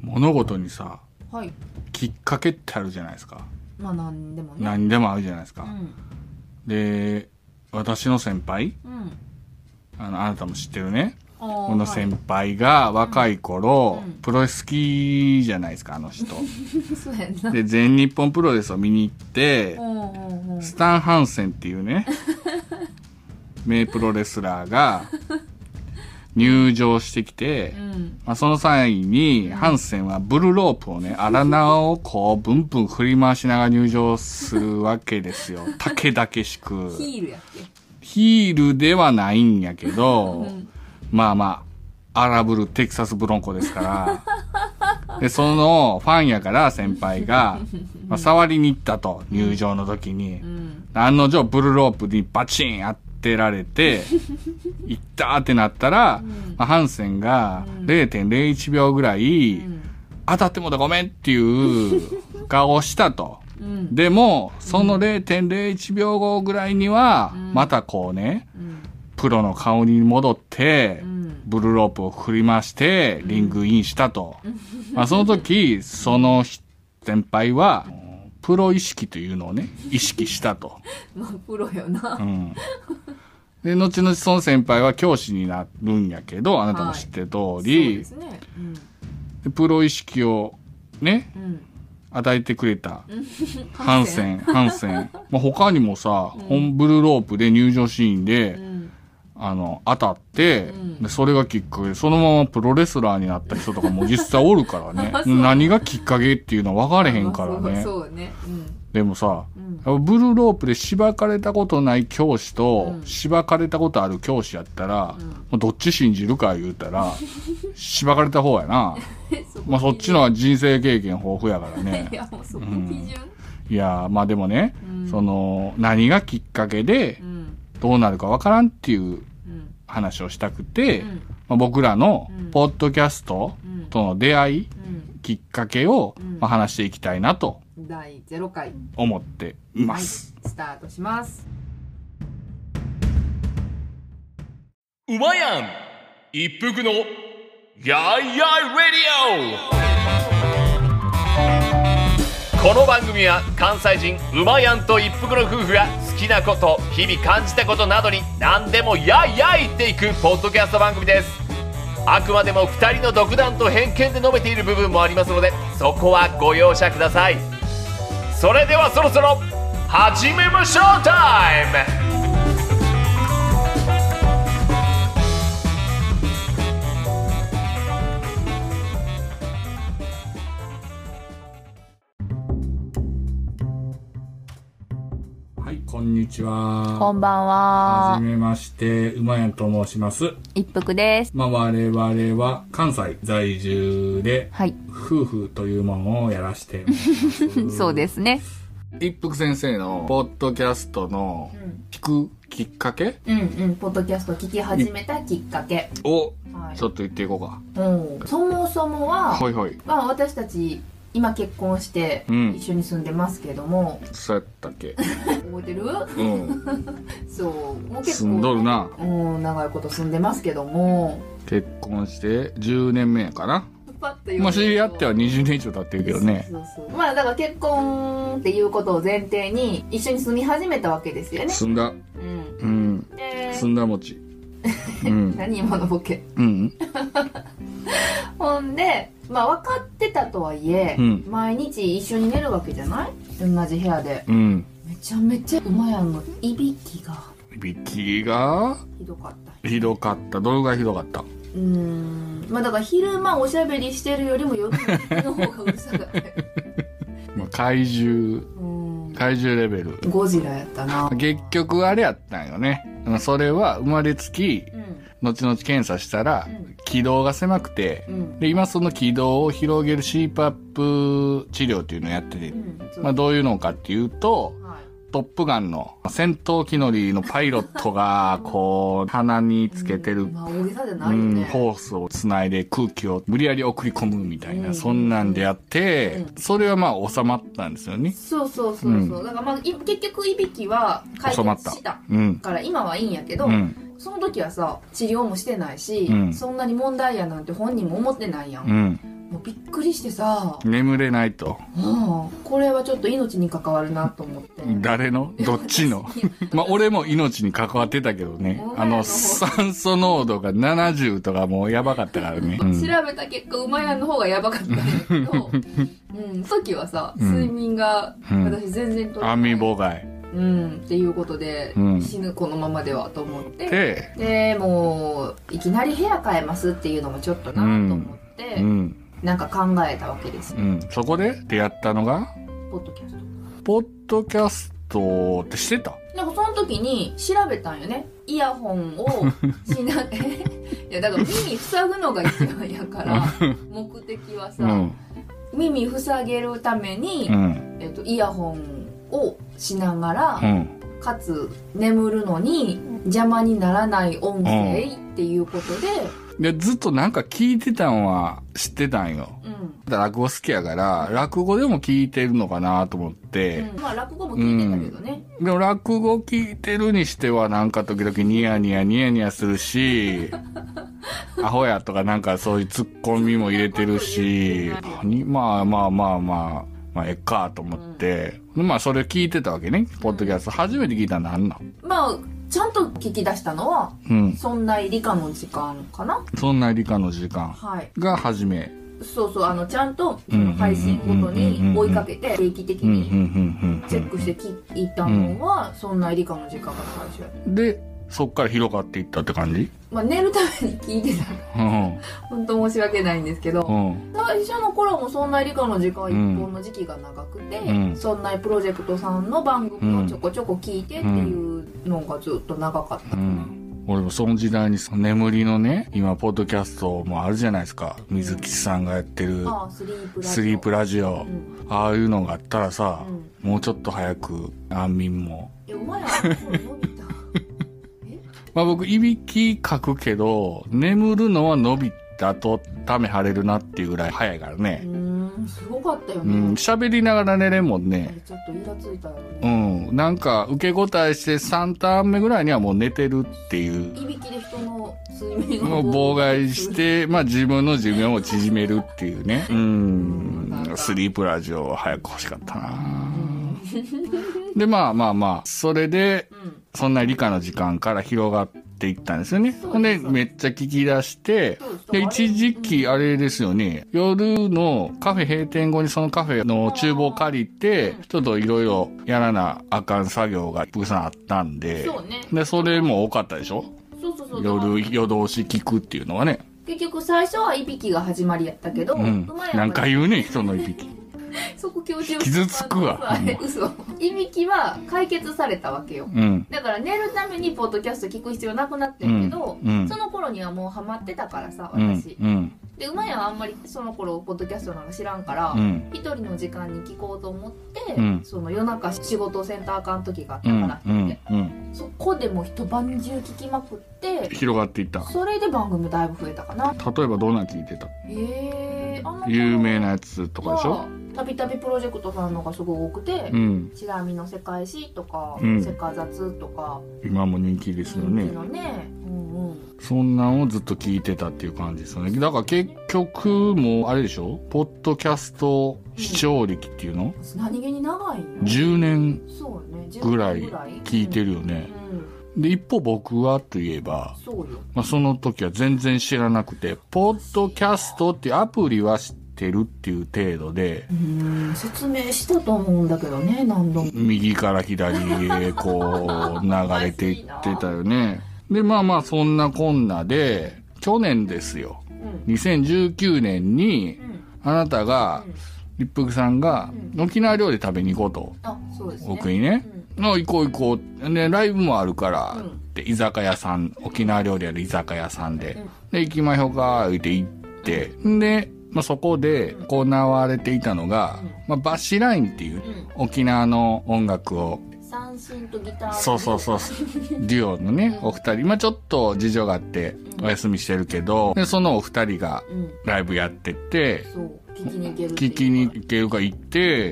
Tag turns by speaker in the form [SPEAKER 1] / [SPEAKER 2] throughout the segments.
[SPEAKER 1] 物事にさ、
[SPEAKER 2] はい。
[SPEAKER 1] きっかけってあるじゃないですか。
[SPEAKER 2] まあ何でもね。
[SPEAKER 1] 何でもあるじゃないですか。
[SPEAKER 2] うん。
[SPEAKER 1] で、私の先輩、
[SPEAKER 2] うん。
[SPEAKER 1] あなたも知ってるね。
[SPEAKER 2] こ
[SPEAKER 1] この先輩が若い頃、
[SPEAKER 2] うん
[SPEAKER 1] プロレス好きじゃないですか、あの人。
[SPEAKER 2] そうやんな。
[SPEAKER 1] で、全日本プロレスを見に行って、スタン・ハンセンっていうね、名プロレスラーが入場してきて、まあ、その際に、ハンセンはブルロープをね、荒縄をこう、ブンブン振り回しながら入場するわけですよ。竹々しく。
[SPEAKER 2] ヒールやっけ？
[SPEAKER 1] ヒールではないんやけど、まあまあ、荒ぶるテキサスブロンコですから。で、そのファンやから先輩が、まあ、触りに行ったと、入場の時に。案の定ブルロープにバチン当てられて、行ったーってなったら、まあ、ハンセンが 0.01 秒ぐらい、当たってもだごめんっていう顔をしたと。でも、その 0.01 秒後ぐらいには、またこうね、プロの顔に戻って、ブルーロープを振り回して、リングインしたと。まあ、その時、その先輩は、プロ意識というのをね、意識したと。
[SPEAKER 2] まあ、プロよな。
[SPEAKER 1] で、後々その先輩は教師になるんやけど、あなたも知ってる通り、
[SPEAKER 2] そうですね。
[SPEAKER 1] でプロ意識をね、与えてくれた、ハンセン。まあ、他にもさ、本ブルーロープで入場シーンで、当たって、で、それがきっかけで、そのままプロレスラーになった人とかも実際おるからね。何がきっかけっていうのは分かれへんからね。
[SPEAKER 2] そうね。
[SPEAKER 1] でもさ、ブルーロープでしばかれたことない教師と、しばかれたことある教師やったら、どっち信じるか言うたら、しばかれた方やな。まあそっちのは人生経験豊富やからね。
[SPEAKER 2] いや、もうそこ基準。
[SPEAKER 1] いや、まあでもね、何がきっかけで、どうなるかわからんっていう話をしたくて、まあ、僕らのポッドキャストとの出会い、きっかけを、まあ、話していきたいなと
[SPEAKER 2] 第0回
[SPEAKER 1] 思っています、
[SPEAKER 2] はい、スタートします。
[SPEAKER 3] うまやん一服のやいやいレディオ。この番組は関西人うまやんと一服の夫婦が好きなこと、日々感じたことなどに何でもやいやい言っていくポッドキャスト番組です。あくまでも2人の独断と偏見で述べている部分もありますので、そこはご容赦ください。それではそろそろ始めましょうタイム。
[SPEAKER 1] はい、こんにちは。
[SPEAKER 2] こんばんは。
[SPEAKER 1] はじめまして、うまやんと申します。
[SPEAKER 2] 一服です。
[SPEAKER 1] まあ我々は関西在住で、
[SPEAKER 2] はい、
[SPEAKER 1] 夫婦というものをやらしてもらいます。
[SPEAKER 2] そうですね。
[SPEAKER 1] 一服先生のポッドキャストの聞くきっかけ、
[SPEAKER 2] ポッドキャスト聞き始めたきっかけ
[SPEAKER 1] をちょっと言っていこうか。
[SPEAKER 2] そもそもは、
[SPEAKER 1] はいはい。
[SPEAKER 2] まあ私たち今結婚して一緒に住んでますけども、
[SPEAKER 1] そうやったっけ？
[SPEAKER 2] 覚えてる？そう、もう結構
[SPEAKER 1] 住んどるな。
[SPEAKER 2] 長いこと住んでますけども、
[SPEAKER 1] 結婚して10年目やかな。
[SPEAKER 2] パッと言うと
[SPEAKER 1] まあ知り合っては20年以上経ってるけどね。
[SPEAKER 2] そうまあだから結婚っていうことを前提に一緒に住み始めたわけですよね。
[SPEAKER 1] 住んだ。住んだ餅。
[SPEAKER 2] 何今のボケ。ほんで、まあ分かってたとはいえ、毎日一緒に寝るわけじゃない？同じ部屋で。めちゃめちゃ馬やんのいびきがひどかった。
[SPEAKER 1] ひどかった。どれぐらいひどかった？
[SPEAKER 2] まあだから昼間おしゃべりしてるよりも夜の方がうるさかったよ。
[SPEAKER 1] 怪獣レベル。
[SPEAKER 2] ゴジラやったな。
[SPEAKER 1] 結局あれやったんよね。それは生まれつき、後々検査したら、気道が狭くて、で、今その気道を広げる CPAP 治療っていうのをやってて、まあどういうのかっていうと、トップガンの戦闘機乗りのパイロットが、こう、鼻につけてる、
[SPEAKER 2] まあ大げさじゃないよね。
[SPEAKER 1] ホースをつないで空気を無理やり送り込むみたいな、そんなんでやって、それはまあ収まったんですよね。
[SPEAKER 2] そう。だからまあ、結局いびきは解決したから今はいいんやけど、その時はさ、治療もしてないし、そんなに問題やなんて本人も思ってないやん。 もうびっくりしてさ。
[SPEAKER 1] 眠れないと。
[SPEAKER 2] これはちょっと命に関わるなと思って。
[SPEAKER 1] 誰のどっちのまあ、俺も命に関わってたけどね。酸素濃度が70とかもうやばかったからね。
[SPEAKER 2] 調べた結果、馬やんの方がやばかったんだけど、時はさ、睡眠が、私全然取れない。
[SPEAKER 1] 安眠妨害。
[SPEAKER 2] っていうことで、死ぬこのままではと思って。で、もう、いきなり部屋変えますっていうのもちょっとなと思って、なんか考えたわけですよ。
[SPEAKER 1] そこで出会ったのが
[SPEAKER 2] ポッドキャスト。
[SPEAKER 1] ポッドキャストってしてた？
[SPEAKER 2] なんかその時に調べたんよね。イヤホンをしな、いやだから耳塞ぐのが一番やから、目的はさ、耳塞げるために、イヤホンをしながら、かつ眠るのに邪魔にならない音声っていうこと
[SPEAKER 1] で、ずっとなんか聞いてたんは知ってたんよ。落語好きやから、落語でも聞いてるのかなと思って。
[SPEAKER 2] まあ落語も聞いてたけどね。
[SPEAKER 1] でも落語聞いてるにしてはなんか時々ニヤニヤするし、アホやとかなんかそういうツッコミも入れてるし、まあ、ええかと思って、まあそれ聞いてたわけね。ポッドキャスト。初めて聞いたのなんなん？
[SPEAKER 2] まあ、ちゃんと聞き出したのは、そんな理科の時間かな？
[SPEAKER 1] そんな理科の時間が初め。
[SPEAKER 2] そうそう、ちゃんと配信ごとに追いかけて定期的にチェックして聞いたのは、そんな理科の時間が最初や。
[SPEAKER 1] で、そっから広がっていったって感じ？
[SPEAKER 2] まあ寝るために聞いてたら、本当申し訳ないんですけど、最初の頃もそんな理科の時間一本の時期が長くて、そんなプロジェクトさんの番組をちょこちょこ聞いてっていうのがずっと長かったかな。
[SPEAKER 1] 俺もその時代に眠りのね、今ポッドキャストもあるじゃないですか。水木さんがやってるスリープラジオ、ああいうのがあったらさ、もうちょっと早く安眠も。
[SPEAKER 2] お前ら伸びた。
[SPEAKER 1] まあ僕いびきかくけど、眠るのは伸びたとため張れるなっていうぐらい早いからね。
[SPEAKER 2] すごかったよね。
[SPEAKER 1] 喋りながら寝れんもんね。
[SPEAKER 2] ちょっとイラついたよね。
[SPEAKER 1] なんか受け答えして3ターン目ぐらいにはもう寝てるっていう。
[SPEAKER 2] いびきで人の睡眠を
[SPEAKER 1] 妨害して、まあ自分の寿命を縮めるっていうね。スリープラジオは早く欲しかったな。で、まあ、それで、そんな理科の時間から広がっていったんですよね。ほんで、めっちゃ聞き出して、で、一時期あれですよね、夜のカフェ閉店後にそのカフェの厨房借りて、ちょっといろいろやらなあかん作業がたくさんあったんで、で、それも多かったでしょ？そう。夜通し聞くっていうのはね。
[SPEAKER 2] 結局最初はいびきが始まりやったけど、
[SPEAKER 1] 何回言うね、人のいびき。
[SPEAKER 2] そこ強調
[SPEAKER 1] 傷つくわ。
[SPEAKER 2] 嘘。いびきは解決されたわけよ。だから寝るためにポッドキャスト聞く必要なくなってんけど、その頃にはもうハマってたからさ、私。で、馬やんあんまりその頃ポッドキャストなんか知らんから、一人の時間に聞こうと思って、その夜中仕事センター間時があったからって、そこでも一晩中聞きまくって、
[SPEAKER 1] 広がっていった。
[SPEAKER 2] それで番組だいぶ増えたかな。
[SPEAKER 1] 例えばどんな聞いてた？有名なやつとかでしょ？
[SPEAKER 2] たびたびプロジェクトさんのがすごい多くて、チラ見の世界史とか、セカ雑とか。
[SPEAKER 1] 今も人気ですよね。
[SPEAKER 2] 人気のね。
[SPEAKER 1] そんなんをずっと聞いてたっていう感じですよね。だから結局もうあれでしょ？ポッドキャスト視聴歴っていうの？
[SPEAKER 2] 何気に長いの
[SPEAKER 1] ？10年ぐらい聞いてるよね。で、一方僕はといえば、その時は全然知らなくて、ポッドキャストっていうアプリは知ってるっていう程度で、
[SPEAKER 2] 説明したと思うんだけどね、何度も。
[SPEAKER 1] 右から左へこう流れていってたよね。で、まあそんなこんなで、去年ですよ。2019年に、あなたが、立腹さんが、沖縄料理食べに行こうと。僕にね。行こう。で、ライブもあるから、で、居酒屋さん、沖縄料理ある居酒屋さんで。で、行きましょうか、言って行って。で、そこで行われていたのが、バッシュラインっていう、沖縄の音楽を、
[SPEAKER 2] 三振とギター、
[SPEAKER 1] そう。デュオのね、お二人。ちょっと事情があって、お休みしてるけど、で、そのお二人がライブやってて、
[SPEAKER 2] 聞きに行ける
[SPEAKER 1] 聞きに行けるか行って、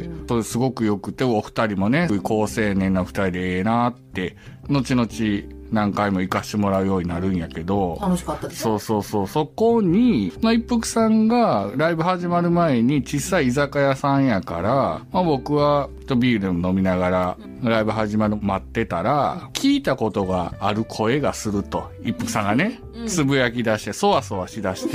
[SPEAKER 1] それすごく良くて、お二人もね、高青年な二人でええなって、後々何回も行かしてもらうようになるんやけど。
[SPEAKER 2] 楽しかったです。
[SPEAKER 1] そう。そこに、一服さんがライブ始まる前に小さい居酒屋さんやから、僕はビールでも飲みながらライブ始まる待ってたら、聞いたことがある声がすると、一服さんがね、つぶやき出して、そわそわしだして、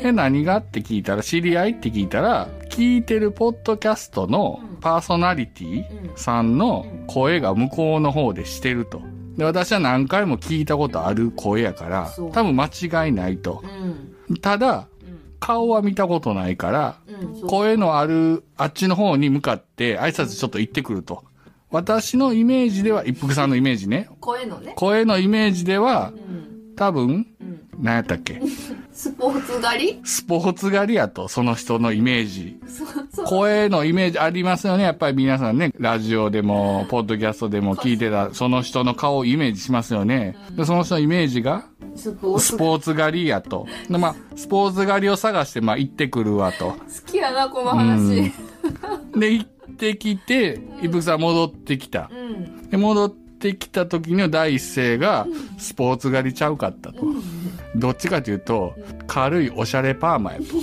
[SPEAKER 1] 何がって聞いたら、知り合いって聞いたら、聞いてるポッドキャストのパーソナリティさんの声が向こうの方でしてると。で、私は何回も聞いたことある声やから、多分間違いないと。ただ、顔は見たことないから、声のあるあっちの方に向かって挨拶ちょっと行ってくると。私のイメージでは、一服さんのイメージね。
[SPEAKER 2] 声のね。
[SPEAKER 1] 声のイメージでは、多分、何やったっけ
[SPEAKER 2] スポーツ狩り
[SPEAKER 1] スポーツ狩りやと、その人のイメージ。声のイメージありますよね。やっぱり皆さんね、ラジオでも、ポッドキャストでも聞いてた、その人の顔をイメージしますよね。で、その人のイメージが、スポーツ狩りやと。で、スポーツ狩りを探して、行ってくるわと。好
[SPEAKER 2] きやな、この話。
[SPEAKER 1] で、行ってきて、伊吹さん戻ってきた。で、戻ってきた時の第一声が、スポーツ狩りちゃうかったと。どっちかというと、軽いおしゃれパーマやと。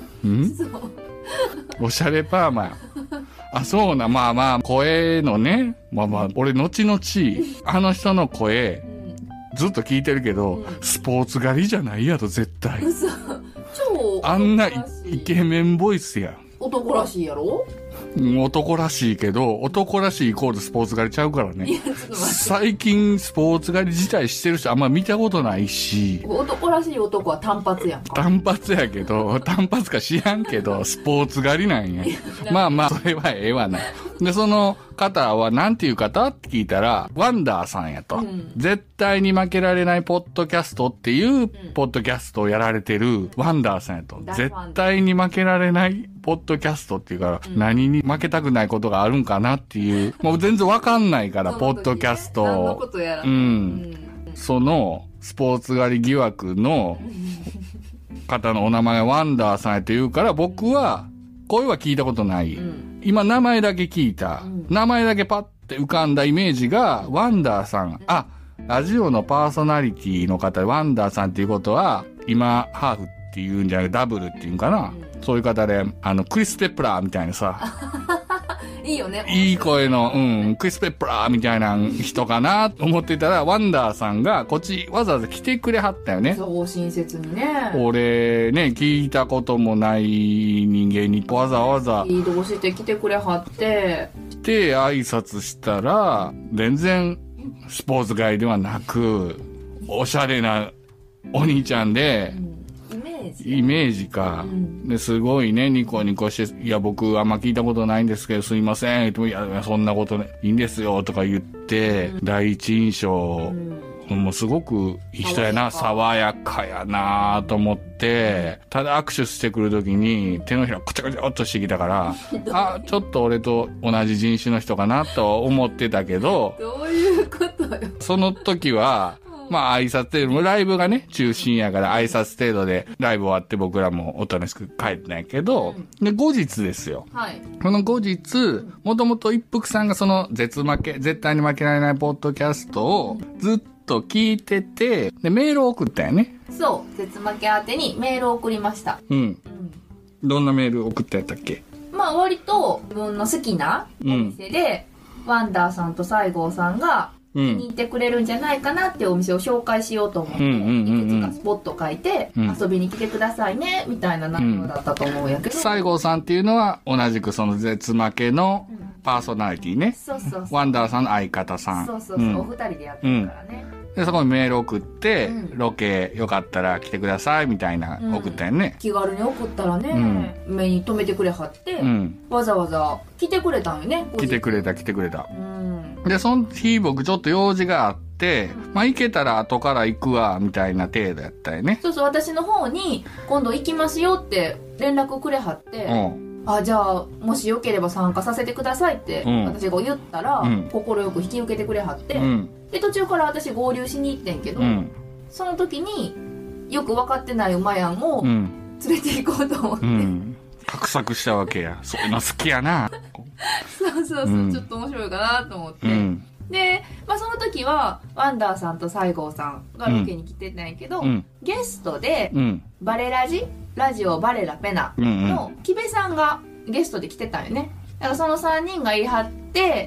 [SPEAKER 1] おしゃれパーマや。あ、そうな、声のね、俺、後々、あの人の声、ずっと聞いてるけど、スポーツ狩りじゃないやと、絶対。あんなイケメンボイスやん。
[SPEAKER 2] 男らしいやろ？
[SPEAKER 1] 男らしいけど、男らしいイコールスポーツ狩りちゃうからね。最近スポーツ狩り自体してる人あんま見たことないし。
[SPEAKER 2] 男らしい男は単発やんか。
[SPEAKER 1] 単発やけど、単発か知らんけど、スポーツ狩りなんや。それはええわな。で、その方は何ていう方って聞いたら、ワンダーさんやと。絶対に負けられないポッドキャストっていう、ポッドキャストをやられてるワンダーさんやと。絶対に負けられないポッドキャストっていうから、何に負けたくないことがあるんかなっていう、もう全然わかんないから、ポッドキャスト。
[SPEAKER 2] 何のことやら。
[SPEAKER 1] その、スポーツ狩り疑惑の方のお名前がワンダーさんやって言うから、僕は、声は聞いたことない。今、名前だけ聞いた。名前だけパッて浮かんだイメージが、ワンダーさん。ラジオのパーソナリティの方でワンダーさんっていうことは、今、ハーフっていうんじゃなくてダブルっていうんかな。そういう方で、クリス・ペプラーみたいなさ。
[SPEAKER 2] いいよね。
[SPEAKER 1] いい声の、クリス・ペプラーみたいな人かなと思ってたら、ワンダーさんがこっちわざわざ来てくれはったよね。
[SPEAKER 2] そう、親切にね。
[SPEAKER 1] 俺ね、聞いたこともない人間にわざわざ。
[SPEAKER 2] 移動して来てくれはって。
[SPEAKER 1] で、挨拶したら、全然スポーツ街ではなく、おしゃれなお兄ちゃんで、イメージか。で、すごいね、ニコニコして、いや、僕あんま聞いたことないんですけど、すいません。いや、そんなことね、いいんですよ、とか言って、第一印象、もうすごくいい人やな、爽やかやなと思って、ただ握手してくるときに、手のひらこちゃこちゃっとしてきたから、ちょっと俺と同じ人種の人かなと思ってたけど、
[SPEAKER 2] どういうことよ。
[SPEAKER 1] その時は、挨拶程度、ライブがね、中心やから挨拶程度で、ライブ終わって僕らもおとなしく帰ってないけど、で、後日ですよ。
[SPEAKER 2] はい。
[SPEAKER 1] この後日、もともと一服さんがその絶対に負けられないポッドキャストをずっと聞いてて、で、メールを送ったよね。
[SPEAKER 2] そう、絶負け宛てにメールを送りました。
[SPEAKER 1] どんなメール送ったやったっけ？
[SPEAKER 2] 割と自分の好きなお店で、ワンダーさんと西郷さんが、気に入ってくれるんじゃないかなっていうお店を紹介しようと思って、いくつかスポット書いて、遊びに来てくださいね、みたいな内容だったと思うんやけど。
[SPEAKER 1] 西郷さんっていうのは、同じくその絶負けのパーソナリティね。
[SPEAKER 2] そうそうそう。
[SPEAKER 1] ワンダーさんの相方さん。
[SPEAKER 2] そうそうそう。お二人でやってるからね。
[SPEAKER 1] で、そこにメール送って、ロケよかったら来てください、みたいな送ったよね。
[SPEAKER 2] 気軽に送ったらね、目に留めてくれはって、わざわざ来てくれたんよね。
[SPEAKER 1] 来てくれた。で、その日僕ちょっと用事があって、行けたら後から行くわ、みたいな程度やったよね。
[SPEAKER 2] そうそう、私の方に、今度行きますよって連絡くれはって、じゃあ、もしよければ参加させてくださいって、私が言ったら、快く引き受けてくれはって、で、途中から私合流しに行ってんけど、その時によく分かってない馬やんを連れて行こうと思って、
[SPEAKER 1] 画策したわけや。そういうの好きやな。
[SPEAKER 2] そうそうそう、ちょっと面白いかなと思って。で、まあその時は、ワンダーさんと西郷さんがロケに来てたんやけど、ゲストで、バレラジオバレラペナの木部さんがゲストで来てたんよね。だからその3人がいはって、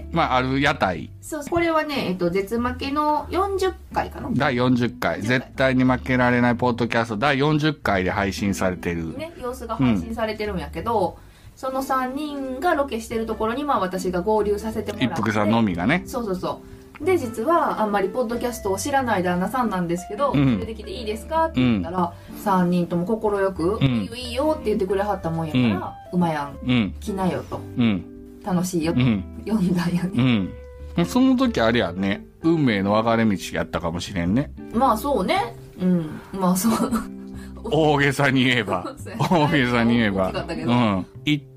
[SPEAKER 1] まあ、ある屋台。
[SPEAKER 2] そう、これはね、絶負けの40回かな。
[SPEAKER 1] 第40回。絶対に負けられないポッドキャスト第40回で配信されてる。
[SPEAKER 2] ね、様子が配信されてるんやけど、その3人がロケしてるところに、まあ私が合流させてもらって。
[SPEAKER 1] 一服さんのみがね。
[SPEAKER 2] そうそうそう。で、実はあんまりポッドキャストを知らない旦那さんなんですけど、出てきていいですかって言ったら、3人とも快く、いいよいいよって言ってくれはったもんやから、馬やん、来なよと。楽しいよと、呼んだんやね。
[SPEAKER 1] その時あれやね、運命の分かれ道やったかもしれんね。
[SPEAKER 2] まあそうね。まあそう。
[SPEAKER 1] 大げさに言えば。大げさに言えば。行って、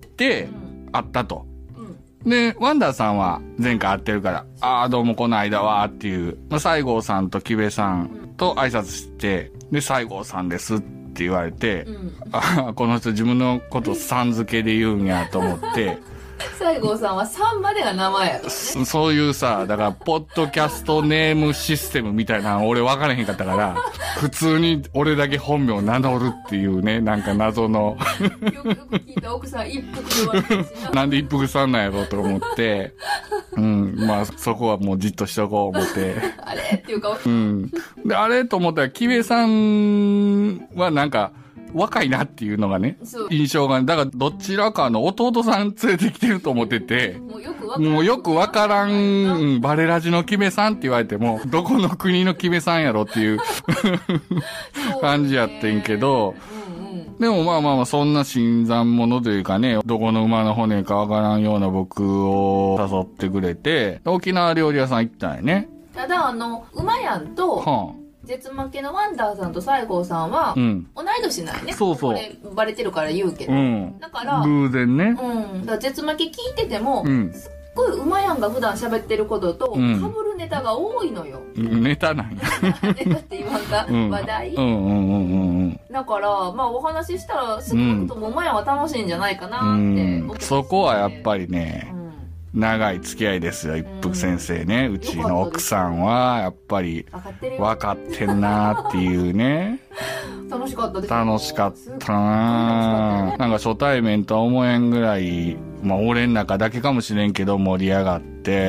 [SPEAKER 1] 会ったと。で、ワンダーさんは前回会ってるから、ああ、どうもこの間は、っていう、まあ、西郷さんと木部さんと挨拶して、で、西郷さんですって言われて、ああ、この人自分のことさん付けで言うんやと思って、
[SPEAKER 2] 西郷さんは3までが名前やからね。
[SPEAKER 1] そういうさ、だから、ポッドキャストネームシステムみたいなの俺分からへんかったから、普通に俺だけ本名を名乗るっていうね、なんか謎の。
[SPEAKER 2] よく聞いた奥さん一服で言われてるしな。
[SPEAKER 1] なんで一服さんなんやろうと思って、まあそこはもうじっとしとこう思って。
[SPEAKER 2] あれっていうか、
[SPEAKER 1] で、あれと思ったら、木部さんはなんか、若いなっていうのがね、印象がね、だからどちらかの弟さん連れてきてると思ってて、もうよくわからん、バレラジの木部さんって言われても、どこの国の木部さんやろっていう感じやってんけど、でもまあまあまあ、そんな新参者というかね、どこの馬の骨かわからんような僕を誘ってくれて、沖縄料理屋さん行ったんやね。
[SPEAKER 2] ただ馬やんと、絶負けのワンダーさんと西郷さんは、同い年なんやね。
[SPEAKER 1] そうそう。
[SPEAKER 2] これバレてるから言うけど。だから、
[SPEAKER 1] 偶然ね。
[SPEAKER 2] だから絶負け聞いてても、すっごい馬やんが普段喋ってることと、被るネタが多いのよ。
[SPEAKER 1] ネタなんや。
[SPEAKER 2] ネタって言わんか、話題。だから、まあお話ししたら、少なくとも馬やんは楽しいんじゃないかなって。
[SPEAKER 1] そこはやっぱりね、長い付き合いですよ、一服先生ね。うちの奥さんは、やっぱり、分かってんなーっていうね。
[SPEAKER 2] 楽しかったです。
[SPEAKER 1] 楽しかったなー。なんか初対面とは思えんぐらい、まあ俺ん中だけかもしれんけど盛り上がって。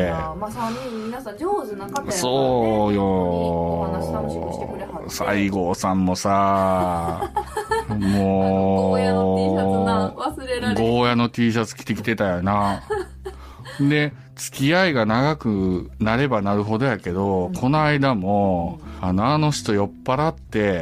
[SPEAKER 2] まあ3人皆さん上手な方やからね。
[SPEAKER 1] そうよー。
[SPEAKER 2] お話楽しくしてくれはって。
[SPEAKER 1] 西郷さんもさ、もう、
[SPEAKER 2] ゴーヤの T シャツな、忘れられん。
[SPEAKER 1] ゴーヤの T シャツ着てきてたよな。で、付き合いが長くなればなるほどやけど、この間も、あの人酔っ払って、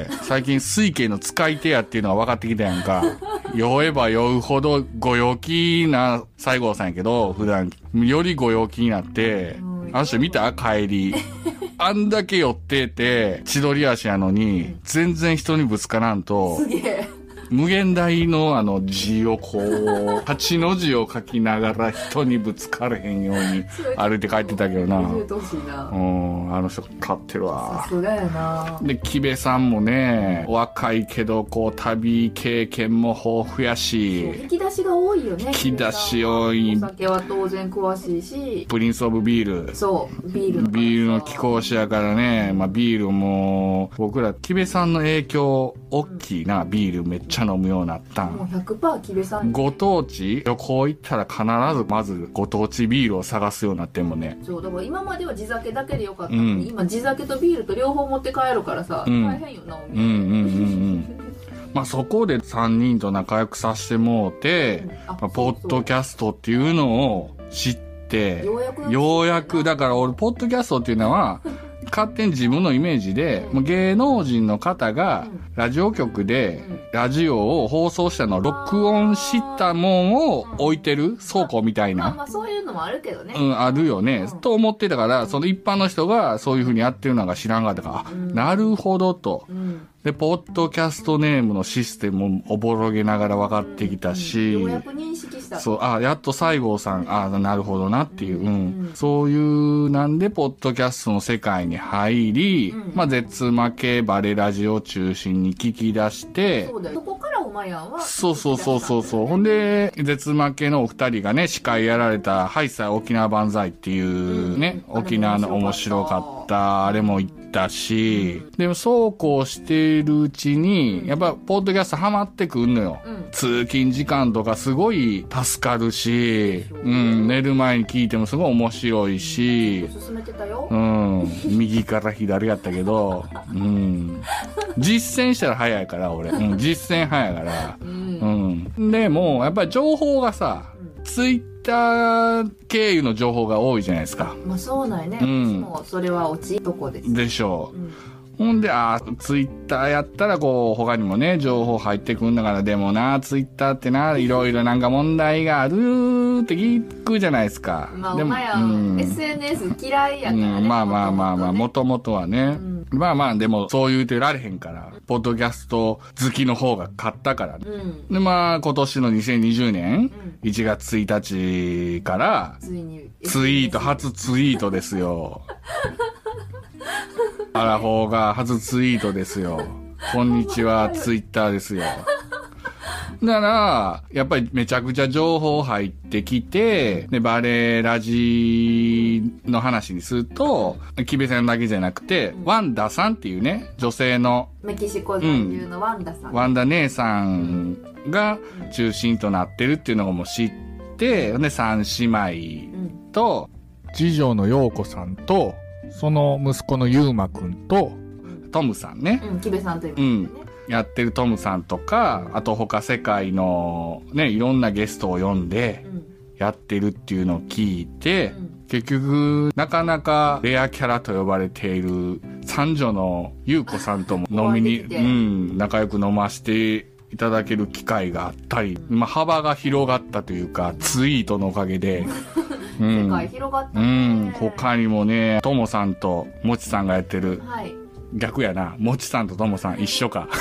[SPEAKER 1] 最近水系の使い手やっていうのが分かってきたやんか。酔えば酔うほどご陽気な西郷さんやけど、普段、よりご陽気になって、あの人見た帰り。あんだけ酔ってて、千鳥足やのに、全然人にぶつからんと、
[SPEAKER 2] すげえ。
[SPEAKER 1] 無限大の字をこう、8の字を書きながら人にぶつかれへんように歩いて帰ってたけどな。あの人勝ってるわ。
[SPEAKER 2] さすがやな。
[SPEAKER 1] で、木部さんもね、若いけど、こう、旅経験も豊富やし。
[SPEAKER 2] 引き出しが多いよね。
[SPEAKER 1] 引き出し多い。
[SPEAKER 2] お酒は当然詳しいし。
[SPEAKER 1] プリンスオブビール。
[SPEAKER 2] そう、ビー
[SPEAKER 1] ルの貴公子やからね。まあ、ビールも、僕ら、木部さんの影響、大きいな、ビールめっちゃ飲むようになったん。
[SPEAKER 2] もう 100% 木部さん。
[SPEAKER 1] ご当地旅行行ったら必ずまずご当地ビールを探すようになってんもんね。
[SPEAKER 2] そう、だから今までは地酒だけでよかったのに、今地酒とビールと両方持って帰るからさ、大変よな、お店。
[SPEAKER 1] まあそこで3人と仲良くさせてもうて、ポッドキャストっていうのを知って、ようやく、だから俺、ポッドキャストっていうのは、勝手に自分のイメージで、もう芸能人の方が、ラジオ局で、ラジオを放送したのを録音したもんを置いてる倉庫みたいな。
[SPEAKER 2] まあそういうのもあるけどね。
[SPEAKER 1] あるよね。と思ってたから、その一般の人がそういう風にやってるのが知らんかったから、なるほどと。で、ポッドキャストネームのシステムもおぼろげながら分かってきたし、
[SPEAKER 2] ようやく認識した。
[SPEAKER 1] そう、やっと西郷さん、なるほどなっていう、そういうなんで、ポッドキャストの世界に入り、まあ、絶負けバレラジを中心に聞き出して、
[SPEAKER 2] そうだよ。そこから馬やんは。
[SPEAKER 1] そうそうそうそうそう。ほんで、絶負けのお二人がね、司会やられた、ハイサイ沖縄万歳っていうね、沖縄の面白かった、あれも行ったし、でもそうこうしているうちに、やっぱ、ポッドキャストハマってくんのよ。通勤時間とかすごい助かるし、寝る前に聞いてもすごい面白いし、
[SPEAKER 2] 勧めてたよ。
[SPEAKER 1] 右から左やったけど、実践したら早いから、俺。実践早いから。でも、やっぱり情報がさ、ツイッター経由の情報が多いじゃないですか。
[SPEAKER 2] まあそうなんやね。もうそれは落ちとこです。
[SPEAKER 1] でしょう。ほんで、ツイッターやったら、こう、他にもね、情報入ってくんだから、でもな、ツイッターってな、いろいろなんか問題があるって聞くじゃないですか。
[SPEAKER 2] まあ、でも、SNS 嫌いやからね。
[SPEAKER 1] まあ、もともとはね。まあまあ、でも、そう言うてられへんから、ポッドキャスト好きの方が勝ったからね。で、まあ、今年の2020年、1月1日から、初ツイートですよ。アラフォーが初ツイートですよ。こんにちは、ツイッターですよ。だから、やっぱりめちゃくちゃ情報入ってきて、で、バレーラジの話にすると、キベさんだけじゃなくて、ワンダさんっていうね、女性の、
[SPEAKER 2] メキシコ在住のワンダさん。
[SPEAKER 1] ワンダ姉さんが中心となってるっていうのをもう知って、で、三姉妹と、次女の陽子さんと、その息子のゆうまくんと、トムさんね。
[SPEAKER 2] キベさんというね。
[SPEAKER 1] やってるトムさんとか、あと他世界のね、いろんなゲストを呼んで、やってるっていうのを聞いて、結局、なかなかレアキャラと呼ばれている三女のゆうこさんとも飲みに、仲良く飲ませていただける機会があったり、幅が広がったというか、ツイートのおかげで、
[SPEAKER 2] 世界広がったね。
[SPEAKER 1] 他にもね、ともさんともちさんがやってる。逆やな。もちさんとともさん一緒か。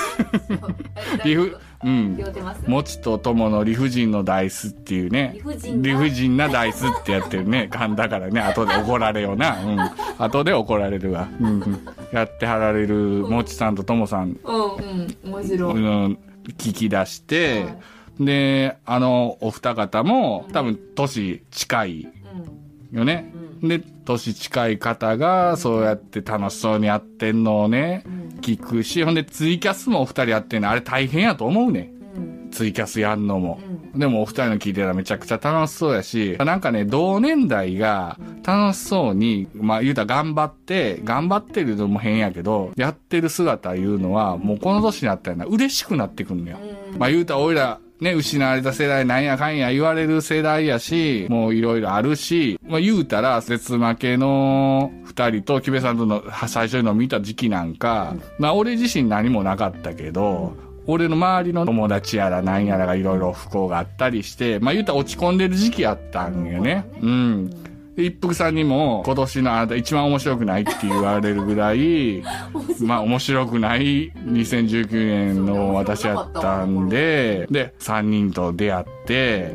[SPEAKER 1] もちとともの理不尽のダイスっていうね。理不尽なダイスってやってるね。噛んだからね。後で怒られよな。後で怒られるわ。やってはられるもちさんとともさん。
[SPEAKER 2] 面白い。
[SPEAKER 1] 聞き出して、で、お二方も多分年近いよね。で、年近い方がそうやって楽しそうにやってんのをね、聞くし、ほんでツイキャスもお二人やってんの、あれ大変やと思うね。ツイキャスやんのも。でもお二人の聞いてたらめちゃくちゃ楽しそうやし、なんかね、同年代が楽しそうに、言うたら頑張ってるのも変やけど、やってる姿いうのは、もうこの年になったらな、嬉しくなってくんのよ。言うたら俺ら、ね、失われた世代なんやかんや言われる世代やし、もういろいろあるし、言うたら、絶負けの二人とキベさんとの最初の見た時期なんか、俺自身何もなかったけど、俺の周りの友達やらなんやらがいろいろ不幸があったりして、言うたら落ち込んでる時期やったんよね。一服さんにも今年のあなた一番面白くないって言われるぐらい、面白くない2019年の私やったんで、で、3人と出会って、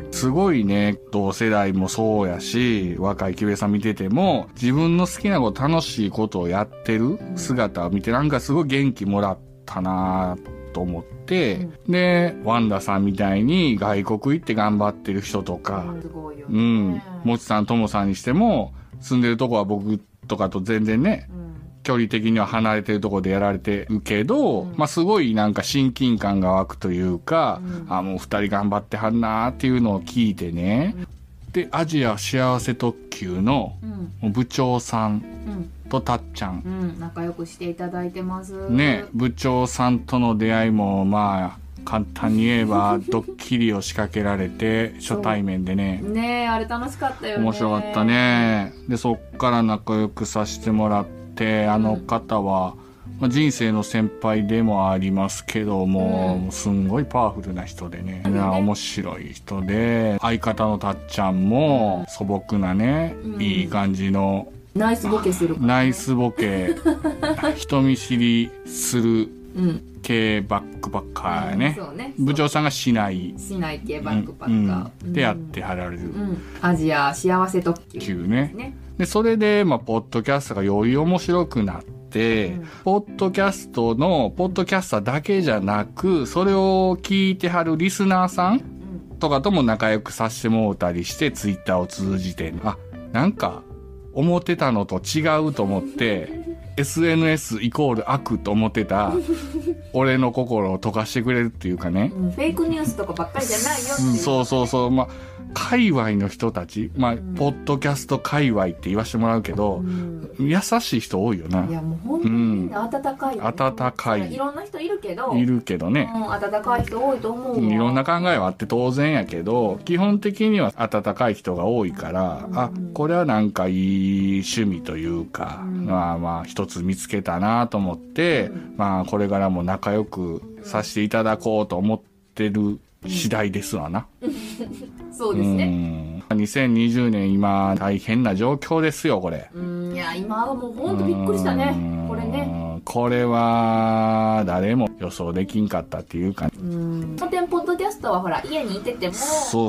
[SPEAKER 1] すごいね、同世代もそうやし、若いキベさん見てても、自分の好きなこと楽しいことをやってる姿を見てなんかすごい元気もらったなと思って、で、ワンダさんみたいに外国行って頑張ってる人とか、もちさんともさんにしても、住んでるとこは僕とかと全然ね、距離的には離れてるとこでやられてるけど、すごいなんか親近感が湧くというか、もう二人頑張ってはんなーっていうのを聞いてね。で、アジア幸せ特急の部長さんとたっちゃん。
[SPEAKER 2] 仲良くしていただいてます。
[SPEAKER 1] ね、部長さんとの出会いも、簡単に言えば、ドッキリを仕掛けられて、初対面でね。
[SPEAKER 2] ねえ、あれ楽しかったよね。
[SPEAKER 1] 面白かったね。で、そっから仲良くさせてもらって、あの方は、人生の先輩でもありますけども、すんごいパワフルな人でね、面白い人で、相方のたっちゃんも素朴なね、いい感じの、
[SPEAKER 2] ナイスボケする。
[SPEAKER 1] ナイスボケ。人見知りする系バックパッカーやね。部長さんがしない
[SPEAKER 2] 系バックパッカ
[SPEAKER 1] ー。でやってはられる。
[SPEAKER 2] アジア幸せ特急
[SPEAKER 1] ね。で、それで、ポッドキャストがより面白くなって、 、ポッドキャストのポッドキャスターだけじゃなく、それを聞いてはるリスナーさんとかとも仲良くさせてもうたりして、ツイッターを通じて、なんか思ってたのと違うと思って、SNS イコール悪と思ってた俺の心を溶かしてくれるっていうかね、
[SPEAKER 2] フェイクニュースとかばっかりじゃないよっていう、
[SPEAKER 1] そう、界隈の人たち、ポッドキャスト界隈って言わせてもらうけど、優しい人多いよな。
[SPEAKER 2] いやもう本当にみんな温かい、ね、
[SPEAKER 1] 温かい。
[SPEAKER 2] いろんな人いるけど
[SPEAKER 1] ね、
[SPEAKER 2] 温かい人多いと思う。
[SPEAKER 1] いろんな考えはあって当然やけど、基本的には温かい人が多いから、これはなんかいい趣味というか、一つ見つけたなと思って、これからも仲良くさせていただこうと思ってる次第ですわな。
[SPEAKER 2] そうですね。
[SPEAKER 1] 2020年今大変な状況ですよ、これ。
[SPEAKER 2] いや、今はもうほんとびっくりしたね。これね。
[SPEAKER 1] これは誰も予想できんかったっていうか、
[SPEAKER 2] 当店ポッドキャストはほら家にいてても
[SPEAKER 1] そう。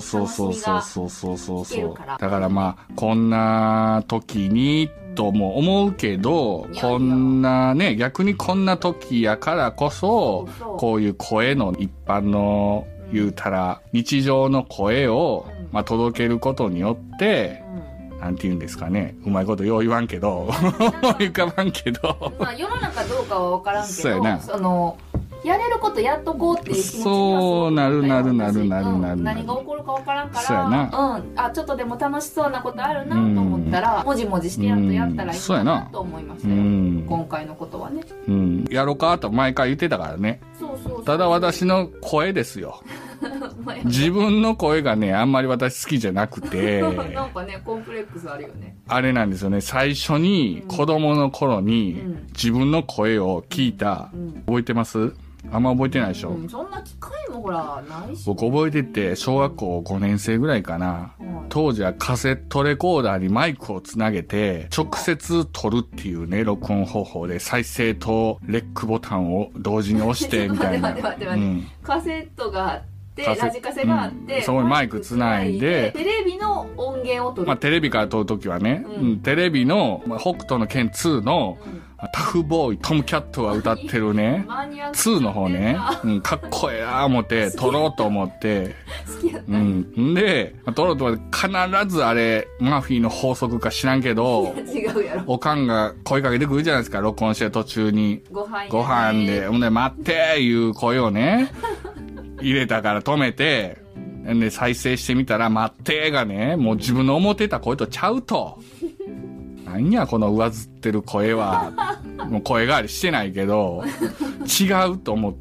[SPEAKER 1] だからこんな時にとも思うけど、こんなね、逆にこんな時やからこそ、こういう声の一般の言うたら日常の声を届けることによって、なんて言うんですかね、うまいことよう言わんけど浮かばんけど
[SPEAKER 2] 世の中どうかは分からんけど、やれることやっとこうっていう気持ちには
[SPEAKER 1] そうなる何
[SPEAKER 2] が起こるか分からんからちょっとでも楽しそうなことあるなと思ったら、もじもじしてやっったらいいかなと思いましたよ、今回のことはね。
[SPEAKER 1] やろうかと毎回言ってたからね。ただ私の声ですよ自分の声がね、あんまり私好きじゃなくて
[SPEAKER 2] なんかね、コンプレックスあるよね。
[SPEAKER 1] あれなんですよね、最初に子供の頃に自分の声を聞いた、覚えてます？あんま覚えてないでしょ、
[SPEAKER 2] そんな機会もほらないし。
[SPEAKER 1] 僕覚えてて、小学校5年生ぐらいかな、当時はカセットレコーダーにマイクをつなげて直接撮るっていうね、録音方法で再生とレックボタンを同時に押してみたいな
[SPEAKER 2] カセットがあってラジカセがあって、
[SPEAKER 1] そこにマイクつないで
[SPEAKER 2] テレビの音源を撮る、
[SPEAKER 1] テレビから撮るときはね、テレビの、北斗の拳2の、タフボーイトムキャットが歌ってるね2の方ね、かっこええな思って撮ろうと思ってで撮ろうと思って、必ずあれマフィーの法則か知らんけどおかんが声かけてくるじゃないですか、録音してる途中にご飯でほんで待っていう声をね入れたから止めて、で再生してみたら待ってがね、もう自分の思ってた声とちゃうとなんやこの上ずってる声はもう声変わりしてないけど違うと思って、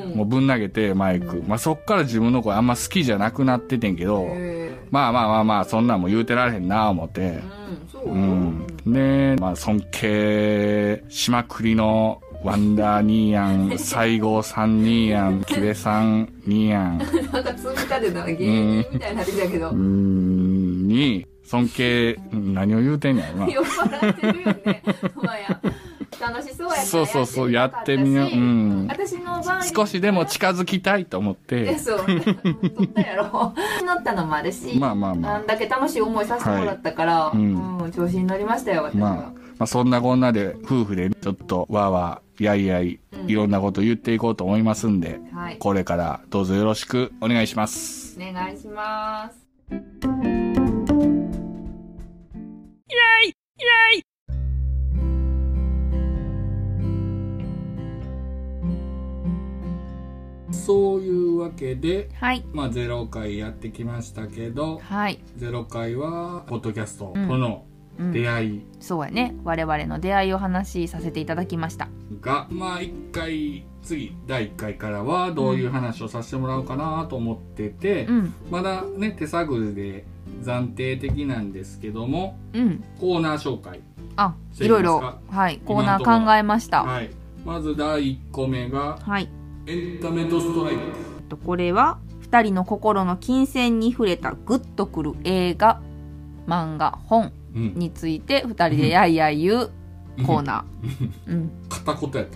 [SPEAKER 1] もうぶん投げてマイク、そっから自分の声あんま好きじゃなくなっててんけど、そんなんも言うてられへんな思って、で、尊敬しまくりのワンダーニーヤン、西郷さんニーヤン、キベさんニーヤン
[SPEAKER 2] なんか積み立てた芸人みたいになってたけど
[SPEAKER 1] に尊敬、何を言うてんやろな。
[SPEAKER 2] 酔っ払ってるよね。楽しそうやから
[SPEAKER 1] そう、やってみよう。
[SPEAKER 2] 私の場合
[SPEAKER 1] 少しでも近づきたいと思って。
[SPEAKER 2] そう。撮ったやろ。乗ったのもあるし。なんだけ楽しい思いさせてもらったから、調子に乗りましたよ、私は。
[SPEAKER 1] そんなこんなで、夫婦でちょっとわーわー、やいやい、いろんなこと言っていこうと思いますんで、これからどうぞよろしくお願いします。
[SPEAKER 2] お願いします。
[SPEAKER 1] そういうわけで、0回やってきましたけど、0回はポッドキャストとの出会い、
[SPEAKER 2] そうやね、我々の出会いを話しさせていただきました
[SPEAKER 1] が、1回次第1回からはどういう話をさせてもらおうかなと思ってて、まだね手探りで暫定的なんですけども、コーナー紹介
[SPEAKER 2] いろいろ、コーナー考えました。
[SPEAKER 1] まず第1個目が、エンタメとストライク。
[SPEAKER 2] これは2人の心の金銭に触れたグッとくる映画、漫画、本について2人でやいやい言うコーナー。
[SPEAKER 1] 片言やった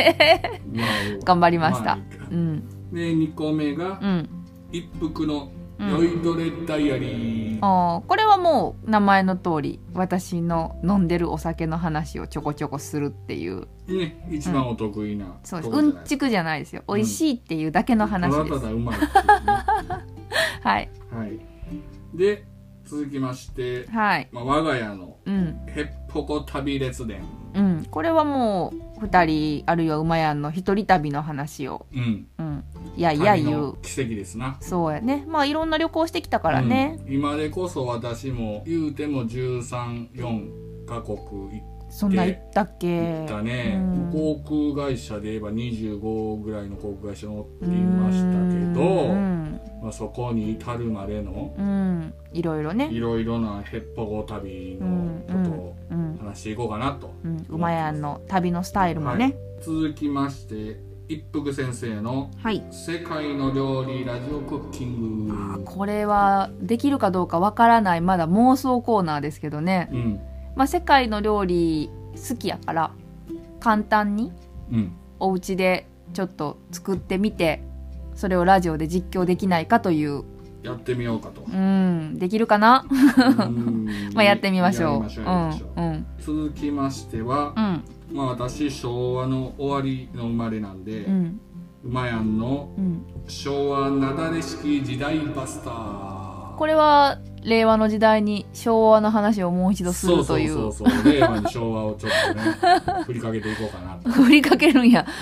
[SPEAKER 2] 頑張りました。
[SPEAKER 1] で2個目が、一服の酔いどれダイアリー。
[SPEAKER 2] これはもう名前の通り私の飲んでるお酒の話をちょこちょこするっていう
[SPEAKER 1] ね、一番お得意な、
[SPEAKER 2] そうです。うんちくじゃないですよ。美味しいっていうだけの話です。
[SPEAKER 1] ただただうまいっていうね
[SPEAKER 2] はい、
[SPEAKER 1] はい、で続きまして、
[SPEAKER 2] はい、
[SPEAKER 1] 我が家のへっぽこ旅列伝、
[SPEAKER 2] これはもう2人あるいは馬やんの一人旅の話を、いやいや言う
[SPEAKER 1] 奇跡ですな。
[SPEAKER 2] そうやね。いろんな旅行してきたからね、
[SPEAKER 1] 今でこそ私も言うても13、4カ国行って、
[SPEAKER 2] そんな行ったっけ。
[SPEAKER 1] 行ったね、航空会社で言えば25ぐらいの航空会社乗っていましたけど、そこに至るまでの、
[SPEAKER 2] いろいろね、
[SPEAKER 1] いろいろなへっぽこ旅のことを話していこうかなと、
[SPEAKER 2] 馬やんの旅のスタイルもね、
[SPEAKER 1] 続きまして一福先生の世界の料理ラジオクッキング、
[SPEAKER 2] これはできるかどうかわからない、まだ妄想コーナーですけどね、世界の料理好きやから簡単にお家でちょっと作ってみて、それをラジオで実況できないかという、
[SPEAKER 1] やってみようかと、
[SPEAKER 2] できるかなやってみましょう。
[SPEAKER 1] 続きましては、私昭和の終わりの生まれなんで、馬やんの昭和なだれ式時代バスター、
[SPEAKER 2] これは令和の時代に昭和の話をもう一度するという、
[SPEAKER 1] そう令和に昭和をちょっとね振りかけていこうかなと。
[SPEAKER 2] 振りかけるんや。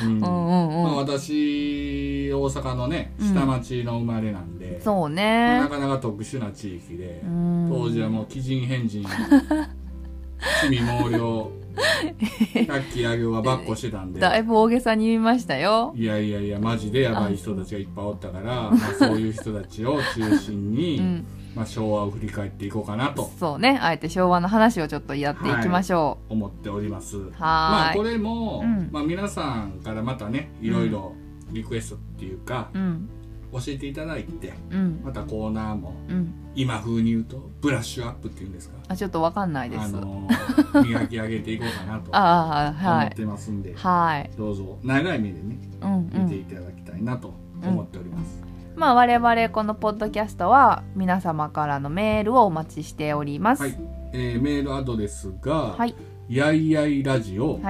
[SPEAKER 1] 私大阪のね下町の生まれなんで、
[SPEAKER 2] そうね、
[SPEAKER 1] なかなか特殊な地域で、当時はもう奇人変人趣味毛量百鬼夜行はばっこしてたんで、
[SPEAKER 2] だいぶ大げさに言いましたよ。
[SPEAKER 1] いやマジでやばい人たちがいっぱいおったから、そういう人たちを中心に、昭和を振り返っていこうかなと。
[SPEAKER 2] そうね、あえて昭和の話をちょっとやっていきましょ
[SPEAKER 1] う、思っております。
[SPEAKER 2] こ
[SPEAKER 1] れも、皆さんからまたねいろいろリクエストっていうか、教えていただいて、またコーナーも、今風に言うとブラッシュアップっていうんですか、
[SPEAKER 2] ちょっとわかんないです。
[SPEAKER 1] 磨き上げていこうかなと思ってますんで、どうぞ長い目でね、見ていただきたいなと思っております。
[SPEAKER 2] 我々このポッドキャストは皆様からのメールをお待ちしております。
[SPEAKER 1] メールアドレスが、やいやいラジオ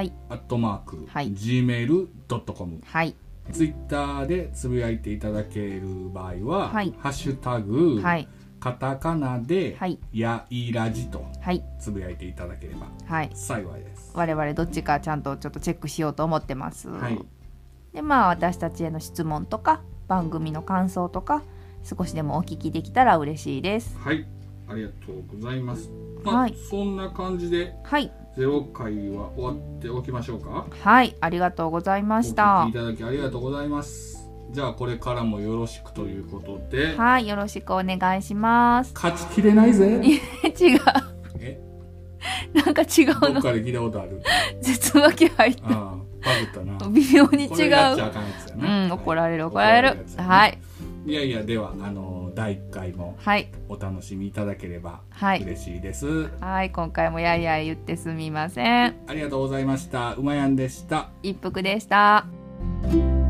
[SPEAKER 1] @gmail.com、ツイッターでつぶやいていただける場合は、ハッシュタグ、カタカナで、やいラジとつぶやいていただければ幸いです。
[SPEAKER 2] 我々どっちかちゃんとちょっとチェックしようと思ってます。で私たちへの質問とか番組の感想とか少しでもお聞きできたら嬉しいです。
[SPEAKER 1] ありがとうございます。そんな感じで、0回は終わっておきましょうか。
[SPEAKER 2] ありがとうございました。
[SPEAKER 1] お聞きいただきありがとうございます。じゃあこれからもよろしくということで、
[SPEAKER 2] よろしくお願いします。
[SPEAKER 1] 勝ちきれないぜ。
[SPEAKER 2] 違う。なんか違うの。
[SPEAKER 1] どっかで聞いたことある。
[SPEAKER 2] 絶話器入った。
[SPEAKER 1] バグったな。
[SPEAKER 2] 微妙に違う。
[SPEAKER 1] これやっちゃあかんやつやな。
[SPEAKER 2] 怒られる。
[SPEAKER 1] いやでは第1回もお楽しみいただければ嬉しいです。
[SPEAKER 2] 今回もやいやい言ってすみません。
[SPEAKER 1] ありがとうございました。うまやんでした。
[SPEAKER 2] 一服でした。